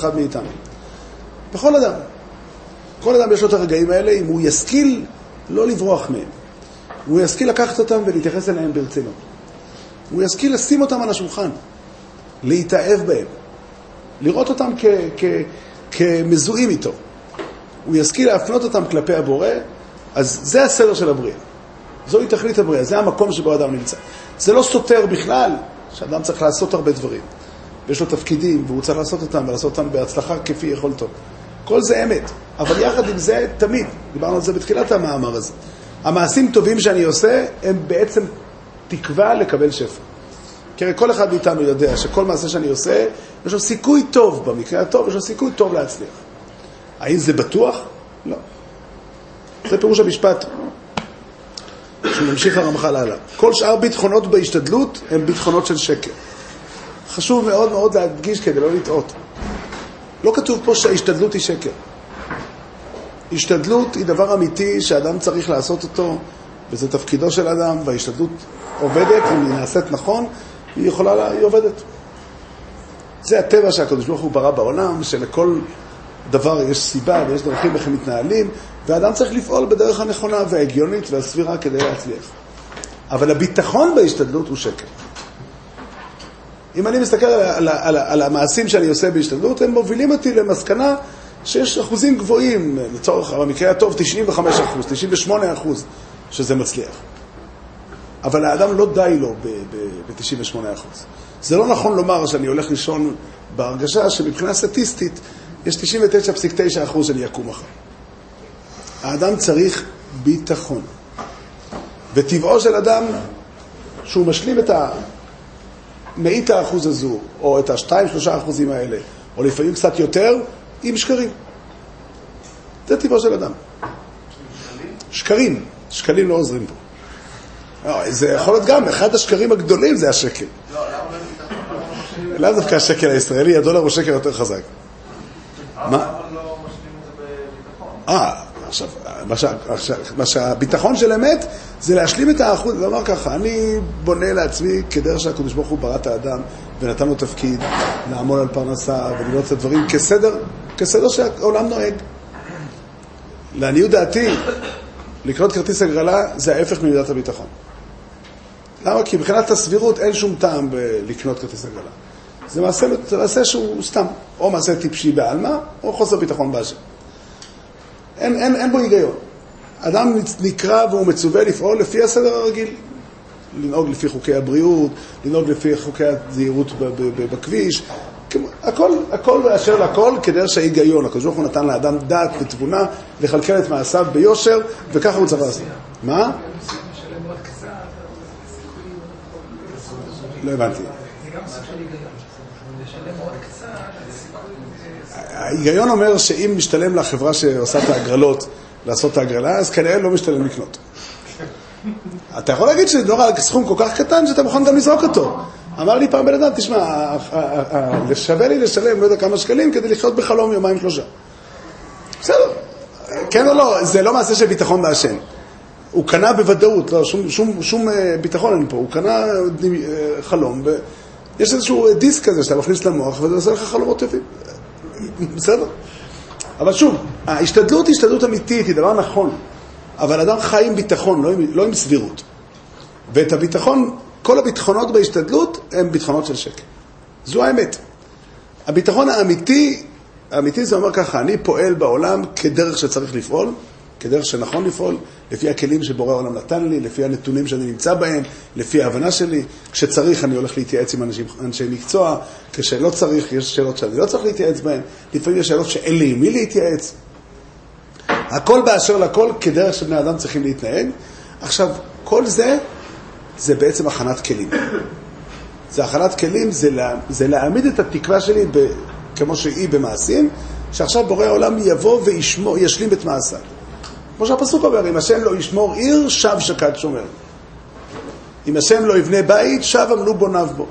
בכל אדם. כל אדם יש לו את הרגעים האלה, אם הוא ישכיל לא לברוח מהם. הוא ישכיל לקחת אותם ולהתייחס אליהם ברצינות. הוא ישכיל לשים אותם על השולחן, להתאהב בהם, לראות אותם כמזוהים איתו. הוא ישכיל להפנות אותם כלפי הבורא, אז זה הסדר של הבריאה. זוהי תכלית הבריאה, זה המקום שבו אדם נמצא. זה לא סותר בכלל שאדם צריך לעשות הרבה דברים. ויש לו תפקידים, והוא צריך לעשות אותם, ולעשות אותם בהצלחה כפי יכולתו. כל זה אמת. אבל יחד עם זה, תמיד, דיברנו על זה בתחילת המאמר הזה. המעשים טובים שאני עושה, הם בעצם תקווה לקבל שפע. כי כל אחד מאיתנו יודע שכל מעשה שאני עושה, יש לו סיכוי טוב, במקרה הטוב, יש לו סיכוי טוב להצליח. האם זה בטוח? לא. זה פירוש המשפט, שהוא ממשיך הרמח"ל הלאה. כל שאר ביטחונות בהשתדלות הם ביטחונות של שקר. חשוב מאוד מאוד להדגיש כדי לא לטעות. לא כתוב פה שההשתדלות היא שקר. השתדלות היא דבר אמיתי שאדם צריך לעשות אותו, וזה תפקידו של אדם, וההשתדלות עובדת, אם היא נעשית נכון, היא עובדת. זה הטבע שהקדוש ברוך הוא ברא בעולם, שלכל דבר יש סיבה ויש דרכים איך הם מתנהלים, והאדם צריך לפעול בדרך הנכונה וההגיונית והסבירה כדי להצליח. אבל הביטחון בהשתדלות הוא שקר. אם אני מסתכל על המעשים שאני עושה בהשתדלות, הם מובילים אותי למסקנה שיש אחוזים גבוהים, לצורך, במקרה הטוב 95%, 98% שזה מצליח. אבל האדם לא די לו ב-98%. זה לא נכון לומר שאני הולך לישון בהרגשה שמבחינה סטטיסטית יש 99.9% שאני יקום אחר. האדם צריך ביטחון. וטבעו של אדם שהוא משלים את ה100% הזו, או את ה2-3% האלה, או לפעמים קצת יותר, עם שקרים. זה טבעו של אדם. שקרים. שקלים לא עוזרים פה. זה יכול להיות גם, אחד השקרים הגדולים זה השקל. למה דווקא השקל הישראלי, הדולר הוא שקל יותר חזק. מה? עכשיו, שהביטחון של אמת זה להשלים את האחוז, לומר ככה, אני בונה לעצמי כדרך שהקדוש ברוך הוא ברא את האדם ונתן לו תפקיד לעמול על פרנסה ולראות את הדברים כסדר שהעולם נוהג. לעניות דעתי, לקנות כרטיס הגרלה זה ההפך ממידת הביטחון. למה? כי מבחינת הסבירות אין שום טעם לקנות כרטיס הגרלה. זה מעשה שהוא סתם, או מעשה טיפשי בעלמה, או חוסר ביטחון באשר. אין בו היגיון. אדם נקרא והוא מצווה לפעול לפי הסדר הרגיל. לנהוג לפי חוקי הבריאות, לנהוג לפי חוקי הזהירות בכביש. הכל באשר לכל כדרך שההיגיון. הקדוש ברוך הוא נתן לאדם דעת ותבונה לכלכל את מעשיו ביושר, וככה הוא צריך לעשות. מה? לא הבנתי. ההיגיון אומר שאם משתלם לחברה שעושה את ההגרלות לעשות את ההגרלה, אז כנראה לא משתלם לקנות. אתה יכול להגיד שזה לא רק סכום כל כך קטן שאתה מוכן גם לזרוק אותו. אמר לי פעם בן אדם, תשמע, שווה לי לשלם, לא יודע כמה שקלים, כדי לחיות בחלום יומיים 3. בסדר, כן או לא, זה לא מעשה של ביטחון בהשם. הוא קנה בוודאות, לא, שום ביטחון אין פה, הוא קנה חלום, ויש איזשהו דיסק כזה שאתה מכניס למוח, וזה עושה לך חלומות טובים. בסדר? אבל שוב, ההשתדלות היא השתדלות אמיתית, היא דבר נכון, אבל אדם חי עם ביטחון, לא עם סבירות. ואת הביטחון, כל הביטחונות בהשתדלות הם ביטחונות של שקר. זו האמת. הביטחון האמיתי זה אומר ככה, אני פועל בעולם כדרך שצריך לפעול, כדרך שנכון לפעול, לפי הכלים שבורא העולם נתן לי, לפי הנתונים שאני נמצא בהם, לפי ההבנה שלי. כשצריך אני הולך להתייעץ עם אנשי מקצוע, כשלא צריך, יש שאלות שאני לא צריך להתייעץ בהן, לפעמים יש שאלות שאין לי עם מי להתייעץ. הכל באשר לכל, כדרך שבני אדם צריכים להתנהג. עכשיו, כל זה בעצם הכנת כלים. זה הכנת כלים, זה להעמיד את התקווה שלי כמו שהיא במעשים, שעכשיו בורא העולם יבוא וישלים את מעשה. כמו שהפסוק אומר, אם השם לא ישמור עיר, שב שקד שומר. אם השם לא יבנה בית, שב עמלו בוניו בו.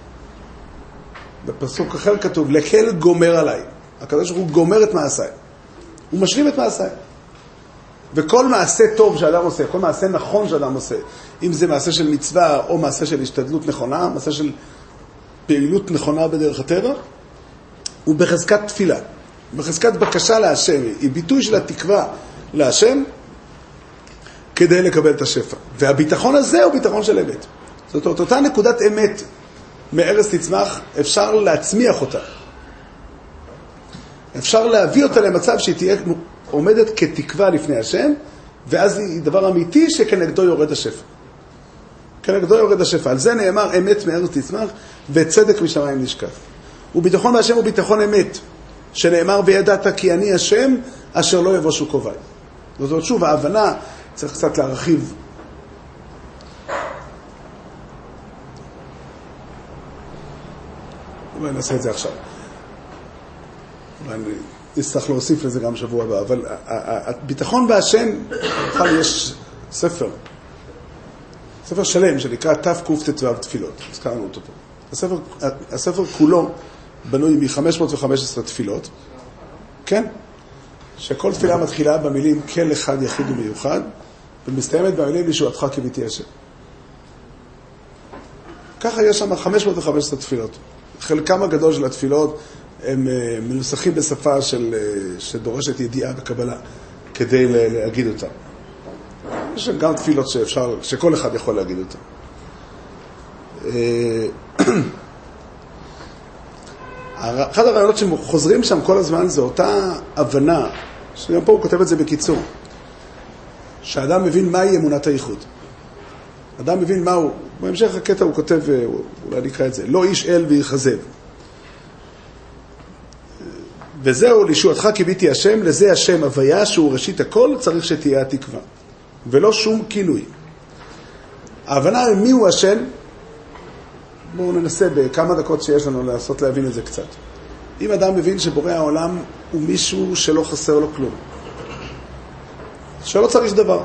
בפסוק אחר כתוב, לקל גומר עליי. הקדוש ברוך הוא גומר את מעשה. הוא משלים את מעשה. וכל מעשה טוב שאדם עושה, כל מעשה נכון שאדם עושה, אם זה מעשה של מצווה או מעשה של השתדלות נכונה, מעשה של פעילות נכונה בדרך הטבע, הוא בחזקת תפילה, בחזקת בקשה להשם, היא ביטוי של התקווה להשם כדי לקבל את השפע. והביטחון הזה הוא ביטחון של אמת. זאת אומרת, אותה נקודת אמת מארץ תצמח, אפשר להצמיח אותה. אפשר להביא אותה למצב שהיא תהיה עומדת כתקווה לפני השם, ואז היא דבר אמיתי שכנגדו יורד השפע. כנגדו יורד השפע. על זה נאמר אמת מארץ תצמח וצדק משמיים נשקף. וביטחון בהשם הוא ביטחון אמת, שנאמר וידעת כי אני השם אשר לא יבושו קוביי. זאת אומרת, שוב, ההבנה צריך קצת להרחיב. אולי נעשה את זה עכשיו. אולי נצטרך להוסיף לזה גם שבוע הבא. אבל הביטחון בהשם, בכלל יש ספר שלם שנקרא תקט"ו תפילות. הזכרנו אותו פה. הספר כולו בנוי מ-515 תפילות, כן? שכל תפילה מתחילה במילים כל אחד יחיד ומיוחד, ומסתיימת במילים לישועתך כי ביתי השם. ככה יש שם 515 תפילות. חלקם הגדול של התפילות הם מנוסחים בשפה שדורשת ידיעה וקבלה כדי להגיד אותם. יש גם תפילות שכל אחד יכול להגיד אותם. אחד הרעיונות שחוזרים שם כל הזמן זה אותה הבנה, שגם פה הוא כותב את זה בקיצור, שאדם מבין מהי אמונת הייחוד. אדם מבין מהו, בהמשך הקטע הוא כותב, אולי נקרא את זה, לא איש אל ויחזב. וזהו לישועתך כי ביתי השם, לזה השם הוויה שהוא ראשית הכל, צריך שתהיה התקווה. ולא שום כינוי. ההבנה מי הוא השם, בואו ננסה בכמה דקות שיש לנו לעשות להבין את זה קצת. אם אדם מבין שבורא העולם הוא מישהו שלא חסר לו כלום, שלא צריך דבר.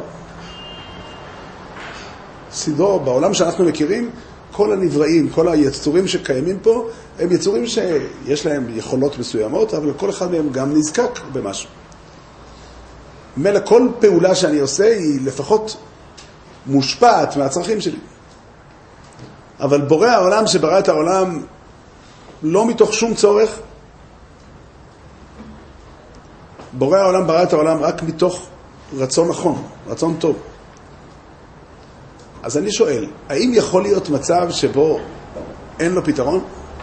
סדרו, בעולם שאנחנו מכירים, כל הנבראים, כל היצורים שקיימים פה, הם יצורים שיש להם יכולות מסוימות, אבל כל אחד מהם גם נזקק במשהו. מלא כל פעולה שאני עושה היא לפחות מושפעת מהצרכים שלי. אבל בורא העולם שברא את העולם לא מתוך שום צורך, בורא העולם ברא את העולם רק מתוך רצון נכון, רצון טוב. אז אני שואל, האם יכול להיות מצב שבו אין לו פתרון?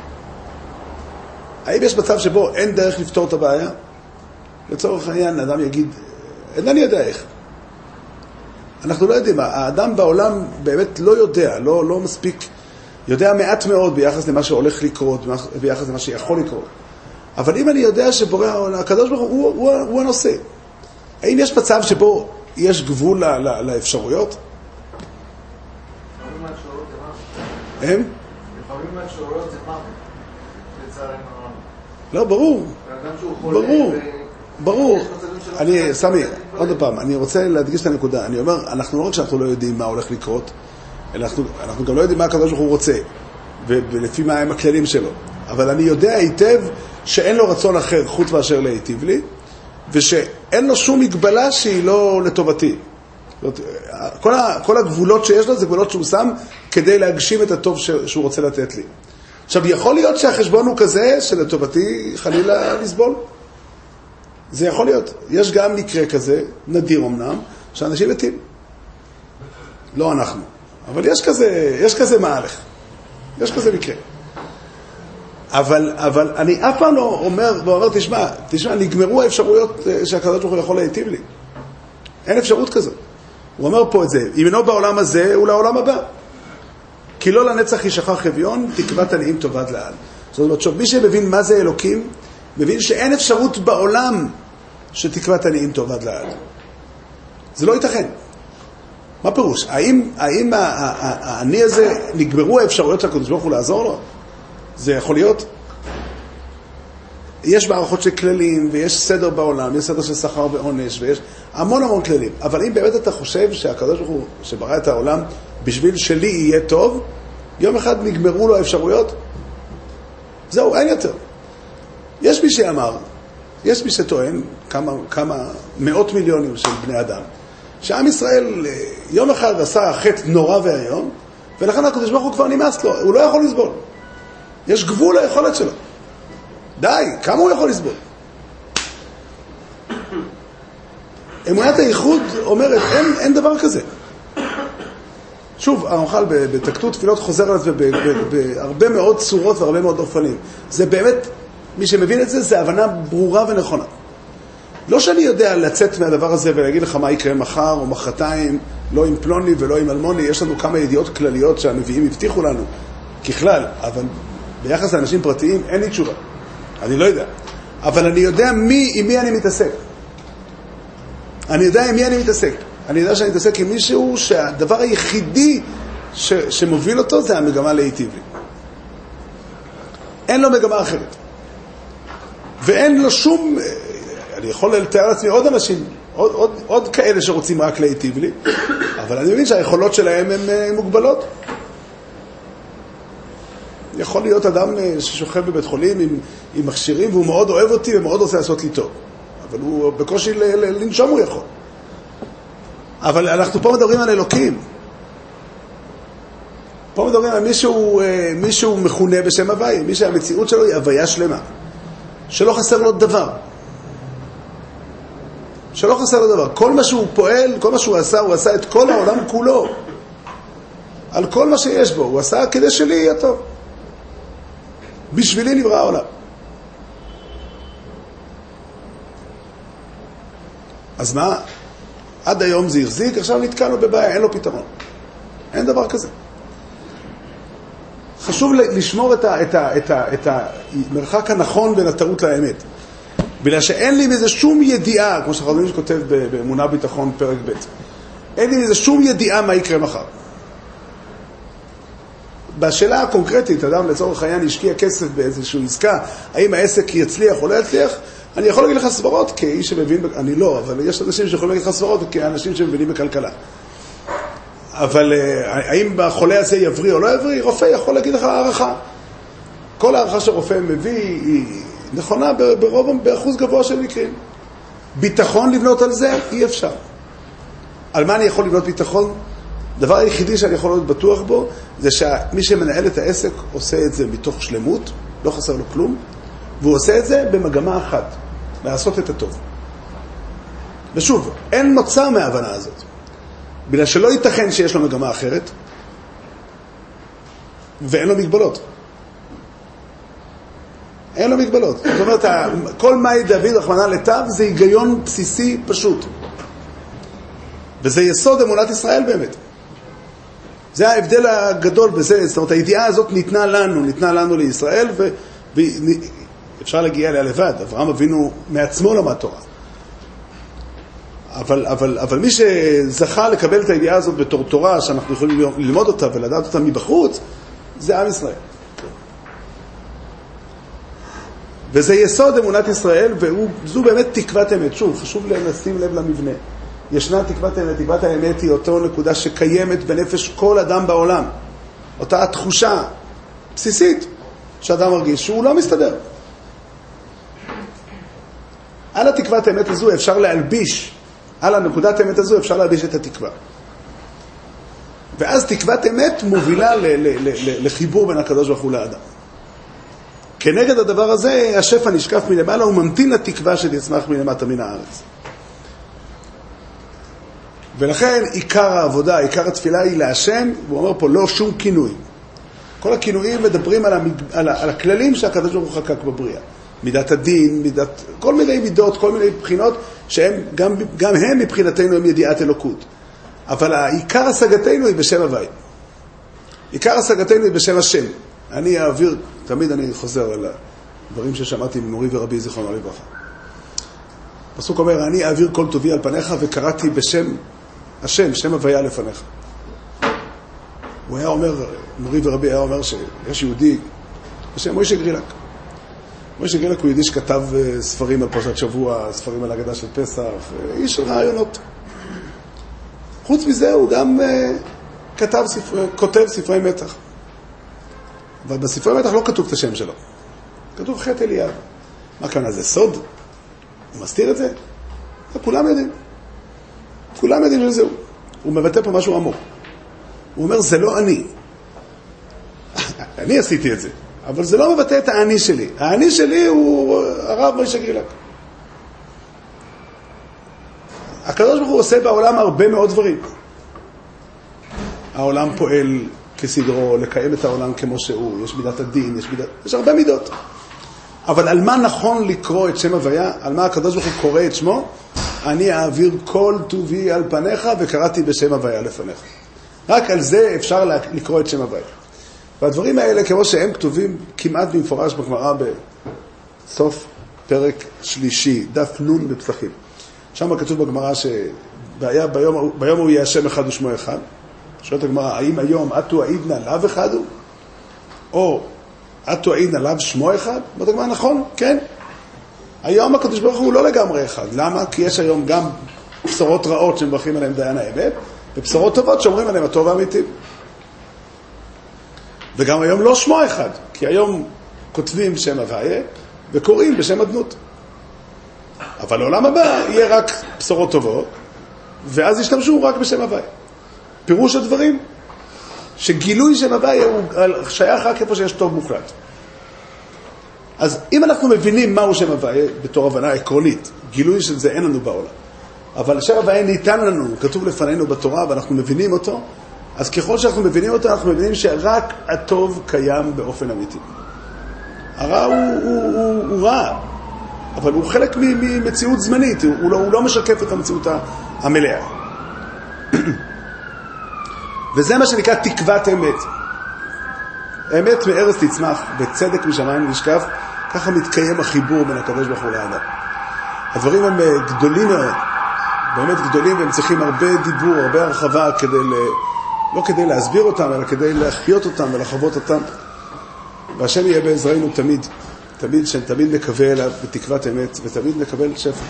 האם יש מצב שבו אין דרך לפתור את הבעיה? לצורך העניין, האדם יגיד, אינני יודע איך. אנחנו לא יודעים, האדם בעולם באמת לא יודע, לא מספיק, יודע מעט מאוד ביחס למה שהולך לקרות, ביחס למה שיכול לקרות. אבל אם אני יודע שבורא העולם, הקדוש ברוך הוא הנושא, האם יש מצב שבו יש גבול לאפשרויות? הם? לפעמים מהאפשרויות זה מוות, לצערנו הרב. לא, ברור. האדם שהוא חולה ברור. אני, סמי, עוד פעם, אני רוצה להדגיש את הנקודה. אני אומר, אנחנו לא רק שאנחנו לא יודעים מה הולך לקרות, אלא אנחנו גם לא יודעים מה הקדוש ברוך הוא רוצה. ולפי מה הם הכללים שלו. אבל אני יודע היטב שאין לו רצון אחר חוץ מאשר להיטיב לי, ושאין לו שום מגבלה שהיא לא לטובתי. כל הגבולות שיש לו זה גבולות שהוא שם כדי להגשים את הטוב שהוא רוצה לתת לי. עכשיו, יכול להיות שהחשבון הוא כזה שלטובתי חלילה לסבול. זה יכול להיות. יש גם מקרה כזה, נדיר אמנם, שאנשים מתים. לא אנחנו. אבל יש כזה מהלך. יש כזה מקרה. אבל אני אף פעם לא אומר, תשמע, נגמרו האפשרויות שהקדוש ברוך הוא יכול להיטיב לי. אין אפשרות כזאת. הוא אומר פה את זה, אם אינו בעולם הזה, הוא לעולם הבא. כי לא לנצח ישכח אביון, תקוות עניים תאבד לעד. זאת אומרת, מי שמבין מה זה אלוקים, מבין שאין אפשרות בעולם שתקוות עניים תאבד לעד. זה לא ייתכן. מה פירוש? האם העני הזה, נגמרו האפשרויות של הקדוש ברוך הוא לעזור לו? זה יכול להיות? יש מערכות של כללים, ויש סדר בעולם, יש סדר של שכר ועונש, ויש המון כללים. אבל אם באמת אתה חושב שהקדוש ברוך הוא, שברא את העולם, בשביל שלי יהיה טוב, יום אחד נגמרו לו האפשרויות, זהו, אין יותר. יש מי שאמר, יש מי שטוען, כמה מאות מיליונים של בני אדם, שעם ישראל יום אחד עשה חטא נורא והיום, ולכן הקדוש ברוך הוא כבר נמאס לו, הוא לא יכול לסבול. יש גבול ליכולת שלו. די, כמה הוא יכול לסבול? אמונת הייחוד אומרת, אין דבר כזה. שוב, הרמח"ל בתקתות תפילות חוזר על זה בהרבה מאוד צורות והרבה מאוד אופנים. זה באמת, מי שמבין את זה, זה הבנה ברורה ונכונה. לא שאני יודע לצאת מהדבר הזה ולהגיד לך מה יקרה מחר או מחרתיים, לא עם פלוני ולא עם אלמוני, יש לנו כמה ידיעות כלליות שהנביאים הבטיחו לנו, ככלל, אבל ביחס לאנשים פרטיים אין לי תשובה. אני לא יודע. אבל אני יודע עם מי אני מתעסק. אני יודע עם מי אני מתעסק. אני יודע שאני מתעסק עם מישהו שהדבר היחידי שמוביל אותו זה המגמה להיטיב לי. אין לו מגמה אחרת. ואין לו שום... אני יכול לתאר לעצמי עוד אנשים, עוד כאלה שרוצים רק להיטיב לי, אבל אני מבין שהיכולות שלהם הן מוגבלות. יכול להיות אדם ששוכב בבית חולים עם מכשירים, והוא מאוד אוהב אותי ומאוד רוצה לעשות לי טוב. אבל הוא בקושי לנשום הוא יכול. אבל אנחנו פה מדברים על אלוקים. פה מדברים על מישהו מכונה בשם הוואי, מי שהמציאות שלו היא הוויה שלמה. שלא חסר לו דבר. שלא חסר לו דבר. כל מה שהוא פועל, כל מה שהוא עשה, הוא עשה את כל העולם כולו. על כל מה שיש בו. הוא עשה כדי שלי יהיה טוב. בשבילי נברא העולם. אז מה? עד היום זה החזיק, עכשיו נתקענו בבעיה, אין לו פתרון. אין דבר כזה. חשוב לשמור את המרחק הנכון בין הטעות לאמת. בגלל שאין לי מזה שום ידיעה, כמו שחזון איש כותב באמונה ביטחון פרק ב', אין לי מזה שום ידיעה מה יקרה מחר. בשאלה הקונקרטית, אדם לצורך העניין השקיע כסף באיזושהי עסקה, האם העסק יצליח או לא יצליח, אני יכול להגיד לך סברות כאיש שמבין, אני לא, אבל יש אנשים שיכולים להגיד לך סברות כאנשים שמבינים בכלכלה. אבל האם החולה הזה יבריא או לא יבריא, רופא יכול להגיד לך הערכה. כל הערכה שרופא מביא היא נכונה באחוז גבוה של מקרים. ביטחון לבנות על זה אי אפשר. על מה אני יכול לבנות ביטחון? דבר היחידי שאני יכול להיות בטוח בו, זה שמי שמנהל את העסק עושה את זה מתוך שלמות, לא חסר לו כלום, והוא עושה את זה במגמה אחת, לעשות את הטוב. ושוב, אין מוצא מההבנה הזאת. בגלל שלא ייתכן שיש לו מגמה אחרת, ואין לו מגבלות. אין לו מגבלות. זאת אומרת, כל מאי דוד רחמנא ליטב זה היגיון בסיסי פשוט. וזה יסוד אמונת ישראל באמת. זה ההבדל הגדול בזה. זאת אומרת, הידיעה הזאת ניתנה לנו לישראל, ואפשר להגיע אליה לבד. אברהם אבינו מעצמו למד תורה. אבל מי שזכה לקבל את הידיעה הזאת בתור תורה, שאנחנו יכולים ללמוד אותה ולדעת אותה מבחוץ, זה עם ישראל. וזה יסוד אמונת ישראל, וזו באמת תקוות אמת. שוב, חשוב לשים לב למבנה. ישנה תקוות אמת. תקוות האמת היא אותו נקודה שקיימת בנפש כל אדם בעולם. אותה התחושה בסיסית שאדם מרגיש שהוא לא מסתדר. על התקוות האמת הזו אפשר להלביש, על הנקודת האמת הזו אפשר להלביש את התקווה. ואז תקוות אמת מובילה לחיבור בין הקדוש ברוך הוא לאדם. כנגד הדבר הזה, השפע נשקף מלמעלה, הוא ממתין לתקווה שתצמח מלמטה מן הארץ. ולכן עיקר העבודה, עיקר התפילה היא להשם, והוא אומר פה לא שום כינוי. כל הכינויים מדברים על הכללים שהקדוש ברוך הוא חקק בבריאה. מידת הדין, כל מיני מידות, כל מיני בחינות, שהם גם הם מבחינתנו הם ידיעת אלוקות. אבל העיקר השגתנו היא בשם הווי. עיקר השגתנו היא בשם השם. אני אעביר, תמיד אני חוזר על הדברים ששמעתי ממורי ורבי זיכרונו לברכה. הפסוק אומר, אני אעביר כל טובי על פניך וקראתי בשם השם, שם הוויה לפניך. הוא היה אומר, מורי ורבי היה אומר שיש יהודי בשם מוישה גרילק. מוישה גרילק הוא יהודי שכתב ספרים על פרשת שבוע, ספרים על הגדה של פסח, איש של רעיונות. חוץ מזה הוא גם כותב ספרי מתח. אבל בספרי מתח לא כתוב את השם שלו. כתוב חטא אליהו. מה כאן, זה סוד? הוא מסתיר את זה? כולם יודעים. כולם יודעים שזהו. הוא מבטא פה משהו עמוק. הוא אומר, זה לא אני. אני עשיתי את זה. אבל זה לא מבטא את האני שלי. האני שלי הוא הרב מוישה גרילק. הקדוש ברוך הוא עושה בעולם הרבה מאוד דברים. העולם פועל כסדרו, לקיים את העולם כמו שהוא, יש מידת הדין, יש הרבה מידות. אבל על מה נכון לקרוא את שם הוויה? על מה הקדוש ברוך הוא קורא את שמו? אני אעביר כל טובי על פניך וקראתי בשם הוויה לפניך. רק על זה אפשר לקרוא את שם הוויה. והדברים האלה, כמו שהם כתובים כמעט במפורש בגמרא בסוף פרק שלישי, דף נון בפסחים. שם כתוב בגמרא שביום הוא יהיה השם אחד ושמו אחד. שואלת הגמרא, האם היום אתו העידנא לאו אחד הוא? או אתו העידנא לאו שמו אחד? אומרת הגמרא, נכון, כן. היום הקדוש ברוך הוא לא לגמרי אחד. למה? כי יש היום גם בשורות רעות שמברכים עליהם דיין האמת, ובשורות טובות שאומרים עליהם הטוב האמיתי. וגם היום לא שמו אחד, כי היום כותבים שם הוויה וקוראים בשם אדנות. אבל לעולם הבא יהיה רק בשורות טובות, ואז ישתמשו רק בשם הוויה. פירוש הדברים, שגילוי שם הוויה הוא שייך רק איפה שיש טוב מוחלט. אז אם אנחנו מבינים מהו שם הוויה, בתור הבנה עקרונית, גילוי של זה אין לנו בעולם. אבל שם הוויה ניתן לנו, כתוב לפנינו בתורה, ואנחנו מבינים אותו, אז ככל שאנחנו מבינים אותו, אנחנו מבינים שרק הטוב קיים באופן אמיתי. הרע הוא רע, אבל הוא חלק ממציאות זמנית, הוא לא משקף את המציאות המלאה. וזה מה שנקרא תקוות אמת. אמת מארץ תצמח, וצדק משמיים נשקף, ככה מתקיים החיבור בין הקדוש ברוך הוא לאדם. הדברים הם גדולים מאוד, באמת גדולים, והם צריכים הרבה דיבור, הרבה הרחבה, לא כדי להסביר אותם, אלא כדי להחיות אותם ולחוות אותם. והשם יהיה בעזרנו תמיד נקווה אליו בתקוות אמת, ותמיד נקבל שפע.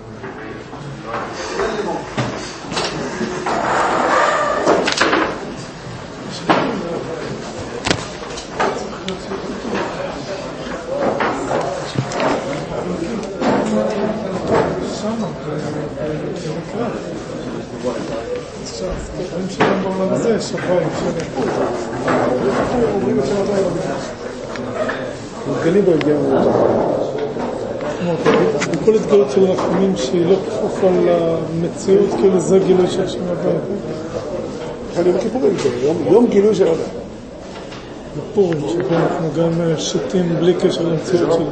מתגלים בהגיעה בכל התגלות של רחמים שהיא לא כפופה למציאות, כאילו זה גילוי של שם הוויה. יום הכיפורים, יום גילוי של הוויה. בפורים, שבו אנחנו גם שותים בלי קשר למציאות שלנו.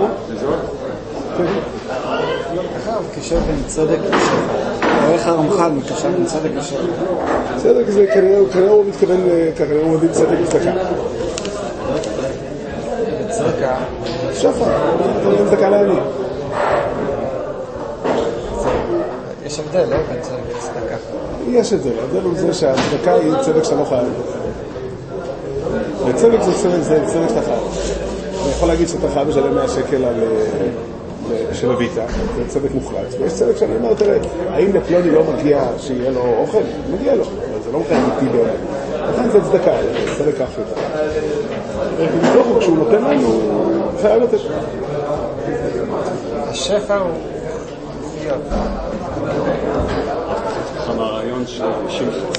יום אחד הוא קשר בין צדק לשפע. איך הרמח"ל מקשר בין צדק לשפע? צדק זה כנראה הוא מתכוון, כנראה הוא מבין צדק וצדקה. צדקה? שפע, הוא צדקה לעני. יש הבדל, לא? בין צדק לצדקה. יש הבדל, ההבדל הוא זה שהצדקה היא צדק שאתה לא חייב. וצדק זה צדק שאתה חייב. אני יכול להגיד שאתה חייב לשלם 100 שקל של הביטה, זה צדק מוחלט. ויש צדק שאני אומר, תראה, האם לפלוני לא מגיע שיהיה לו אוכל? מגיע לו, אבל זה לא מגיע אמיתי באמת. לכן זה צדקה, זה צדק אחר. מתוך הוא, כשהוא נותן לנו, הוא חייב לתת. השפע הוא הרעיון של